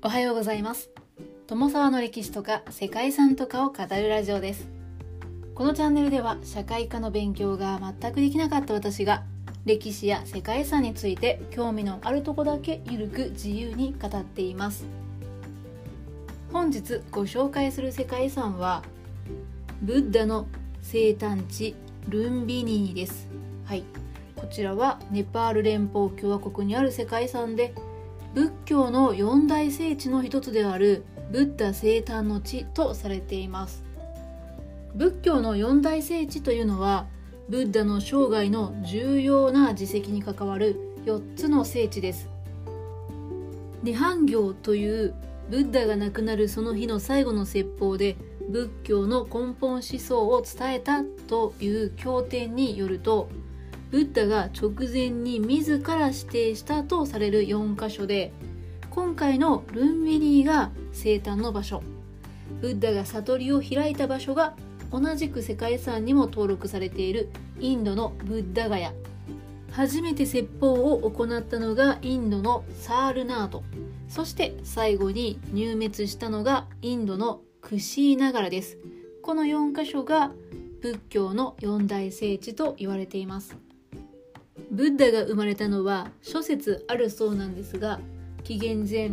おはようございます。友沢の歴史とか世界遺産とかを語るラジオです。このチャンネルでは社会科の勉強が全くできなかった私が歴史や世界遺産について興味のあるとこだけゆるく自由に語っています。本日ご紹介する世界遺産はブッダの生誕地ルンビニーです。はい、こちらはネパール連邦共和国にある世界遺産で仏教の四大聖地の一つであるブッダ生誕の地とされています。仏教の四大聖地というのはブッダの生涯の重要な事跡に関わる4つの聖地です。涅槃行というブッダが亡くなるその日の最後の説法で仏教の根本思想を伝えたという経典によると、ブッダが直前に自ら指定したとされる4カ所で、今回のルンビニーが生誕の場所、ブッダが悟りを開いた場所が同じく世界遺産にも登録されているインドのブッダガヤ、初めて説法を行ったのがインドのサールナート、そして最後に入滅したのがインドのクシーナガラです。この4カ所が仏教の四大聖地と言われています。ブッダが生まれたのは諸説あるそうなんですが、紀元前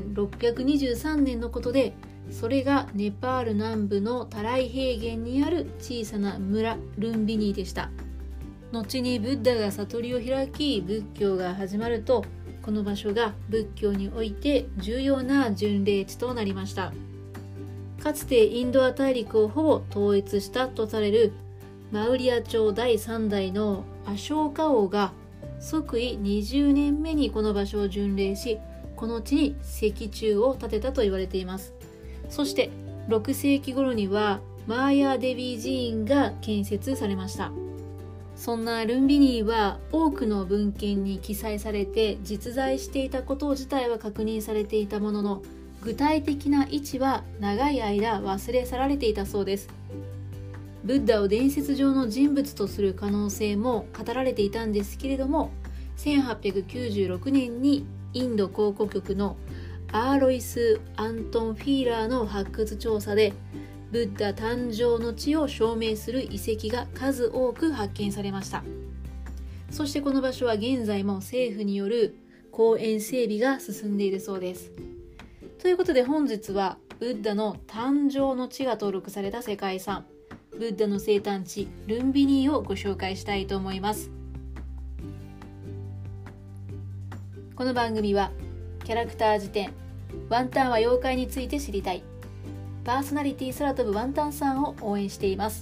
623年のことで、それがネパール南部のタライ平原にある小さな村ルンビニーでした。後にブッダが悟りを開き仏教が始まると、この場所が仏教において重要な巡礼地となりました。かつてインドア大陸をほぼ統一したとされるマウリア朝第3代のアショーカ王が即位20年目にこの場所を巡礼し、この地に石柱を建てたと言われています。そして6世紀頃にはマーヤーデビー寺院が建設されました。そんなルンビニーは多くの文献に記載されて実在していたこと自体は確認されていたものの、具体的な位置は長い間忘れ去られていたそうです。ブッダを伝説上の人物とする可能性も語られていたんですけれども、1896年にインド考古局のアーロイス・アントン・フィーラーの発掘調査でブッダ誕生の地を証明する遺跡が数多く発見されました。そしてこの場所は現在も政府による公園整備が進んでいるそうです。ということで本日はブッダの誕生の地が登録された世界遺産、ブッダの生誕地ルンビニーをご紹介したいと思います。この番組はキャラクター辞典、ワンタンは妖怪について知りたい、パーソナリティ空飛ぶワンタンさんを応援しています。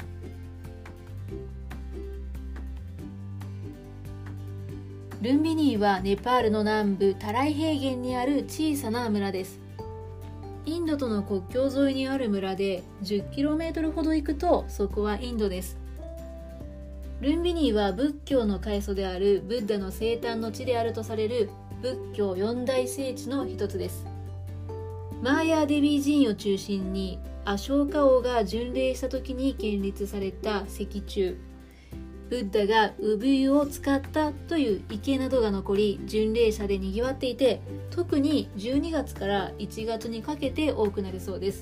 ルンビニーはネパールの南部タライ平原にある小さな村です。インドとの国境沿いにある村で 10km ほど行くとそこはインドです。ルンビニーは仏教の開祖であるブッダの生誕の地であるとされる仏教四大聖地の一つです。マーヤーデビー寺院を中心にアショーカ王が巡礼した時に建立された石柱、ブッダが産湯を使ったという池などが残り巡礼者で賑わっていて、特に12月から1月にかけて多くなるそうです。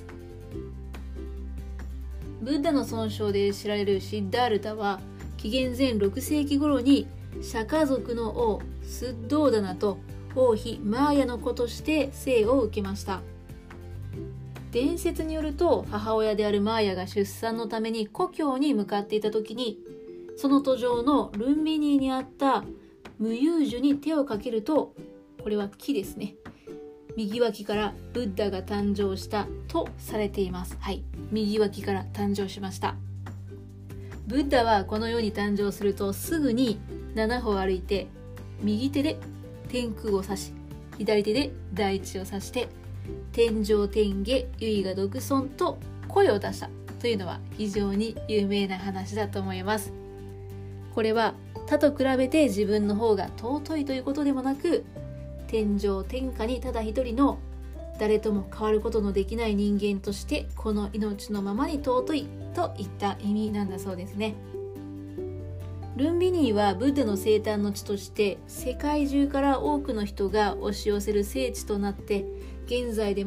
ブッダの尊称で知られるシッダールタは紀元前6世紀頃にシャカ族の王スッドーダナと王妃マーヤの子として生を受けました。伝説によると母親であるマーヤが出産のために故郷に向かっていた時に、その途上のルンビニーにあった無遊樹に手をかけると、これは木ですね、右脇からブッダが誕生したとされています。はい、右脇から誕生しました。ブッダはこの世に誕生するとすぐに7歩歩いて、右手で天空を指し、左手で大地を指して天上天下唯我独尊と声を出したというのは非常に有名な話だと思います。これは他と比べて自分の方が尊いということでもなく、天上天下にただ一人の誰とも変わることのできない人間としてこの命のままに尊いといった意味なんだそうですね。ルンビニーはブッダの生誕の地として世界中から多くの人が押し寄せる聖地となって、現在でも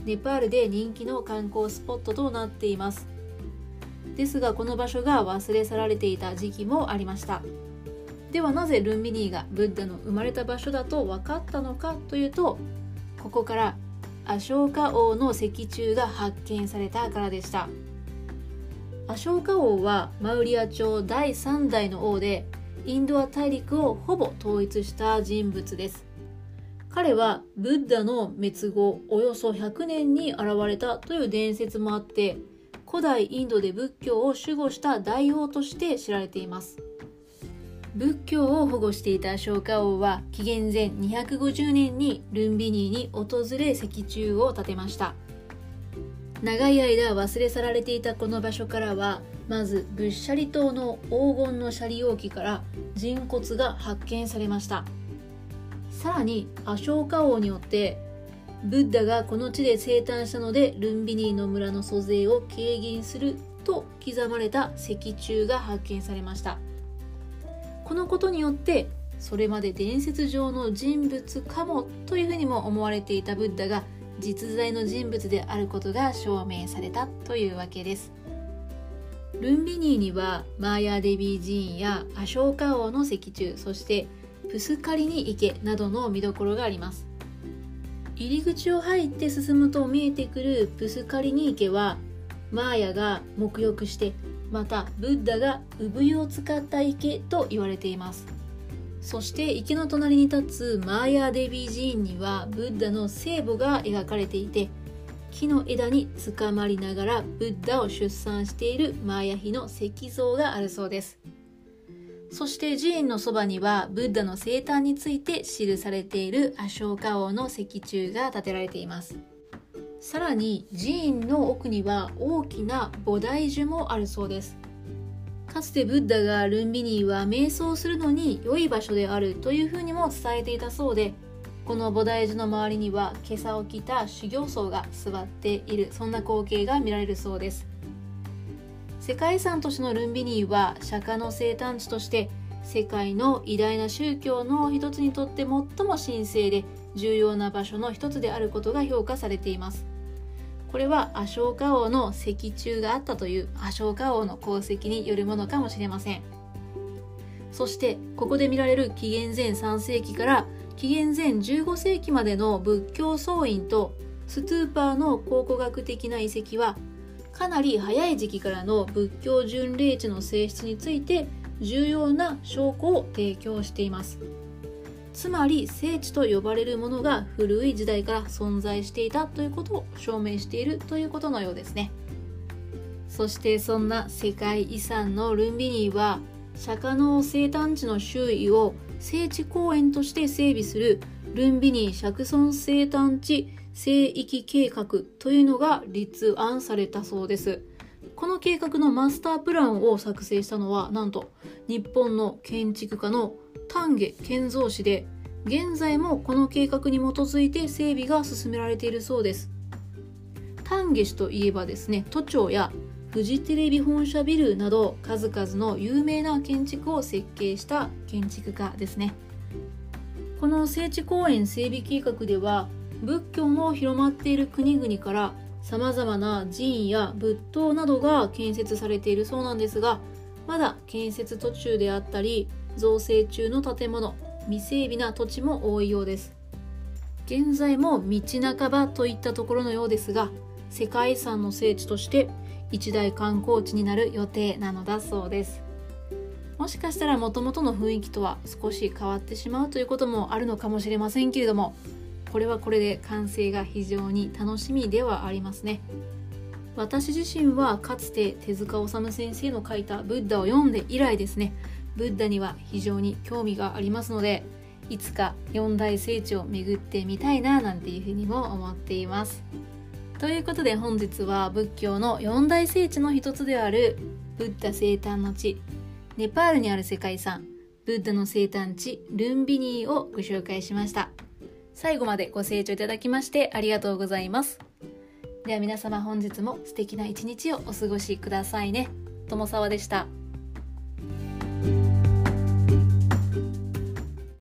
ネパールで人気の観光スポットとなっています。ですがこの場所が忘れ去られていた時期もありました。ではなぜルンビニーがブッダの生まれた場所だと分かったのかというと、ここからアショーカ王の石柱が発見されたからでした。アショーカ王はマウリア朝第3代の王で、インド亜大陸をほぼ統一した人物です。彼はブッダの滅後およそ100年に現れたという伝説もあって、古代インドで仏教を守護した大王として知られています。仏教を保護していたアショーカ王は紀元前250年にルンビニーに訪れ石柱を建てました。長い間忘れ去られていたこの場所からは、まず仏舎利塔の黄金の舎利容器から人骨が発見されました。さらにアショーカ王によってブッダがこの地で生誕したのでルンビニーの村の租税を軽減すると刻まれた石柱が発見されました。このことによってそれまで伝説上の人物かもというふうにも思われていたブッダが実在の人物であることが証明されたというわけです。ルンビニーにはマーヤーデビー寺院やアショーカ王の石柱、そしてプスカリニ池などの見どころがあります。入り口を入って進むと見えてくるプスカリニ池はマーヤが沐浴して、またブッダが産湯を使った池と言われています。そして池の隣に立つマーヤーデビー寺院にはブッダの聖母が描かれていて、木の枝につかまりながらブッダを出産しているマーヤ妃の石像があるそうです。そして寺院のそばにはブッダの生誕について記されているアショーカ王の石柱が建てられています。さらに寺院の奥には大きな菩提樹もあるそうです。かつてブッダがルンビニーは瞑想するのに良い場所であるというふうにも伝えていたそうで、この菩提樹の周りには袈裟を着た修行僧が座っている、そんな光景が見られるそうです。世界遺産都市のルンビニーは釈迦の生誕地として世界の偉大な宗教の一つにとって最も神聖で重要な場所の一つであることが評価されています。これはアショーカ王の石柱があったというアショーカ王の功績によるものかもしれません。そしてここで見られる紀元前3世紀から紀元前15世紀までの仏教僧院とストゥーパーの考古学的な遺跡はかなり早い時期からの仏教巡礼地の性質について重要な証拠を提供しています。つまり聖地と呼ばれるものが古い時代から存在していたということを証明しているということのようですね。そしてそんな世界遺産のルンビニーは釈迦の生誕地の周囲を聖地公園として整備するルンビニー釈尊生誕地聖域計画というのが立案されたそうです。この計画のマスタープランを作成したのはなんと日本の建築家の丹下健三氏で、現在もこの計画に基づいて整備が進められているそうです。丹下氏といえばですね、都庁やフジテレビ本社ビルなど数々の有名な建築を設計した建築家ですね。この聖地公園整備計画では仏教の広まっている国々から様々な寺院や仏塔などが建設されているそうなんですが、まだ建設途中であったり造成中の建物、未整備な土地も多いようです。現在も道半ばといったところのようですが、世界遺産の聖地として一大観光地になる予定なのだそうです。もしかしたら元々の雰囲気とは少し変わってしまうということもあるのかもしれませんけれども、これはこれで完成が非常に楽しみではありますね。私自身はかつて手塚治虫先生の書いたブッダを読んで以来ですね、ブッダには非常に興味がありますので、いつか四大聖地を巡ってみたいななんていうふうにも思っています。ということで本日は仏教の四大聖地の一つであるブッダ生誕の地、ネパールにある世界遺産ブッダの生誕地ルンビニーをご紹介しました。最後までご清聴いただきましてありがとうございます。では皆様、本日も素敵な一日をお過ごしくださいね。友沢でした。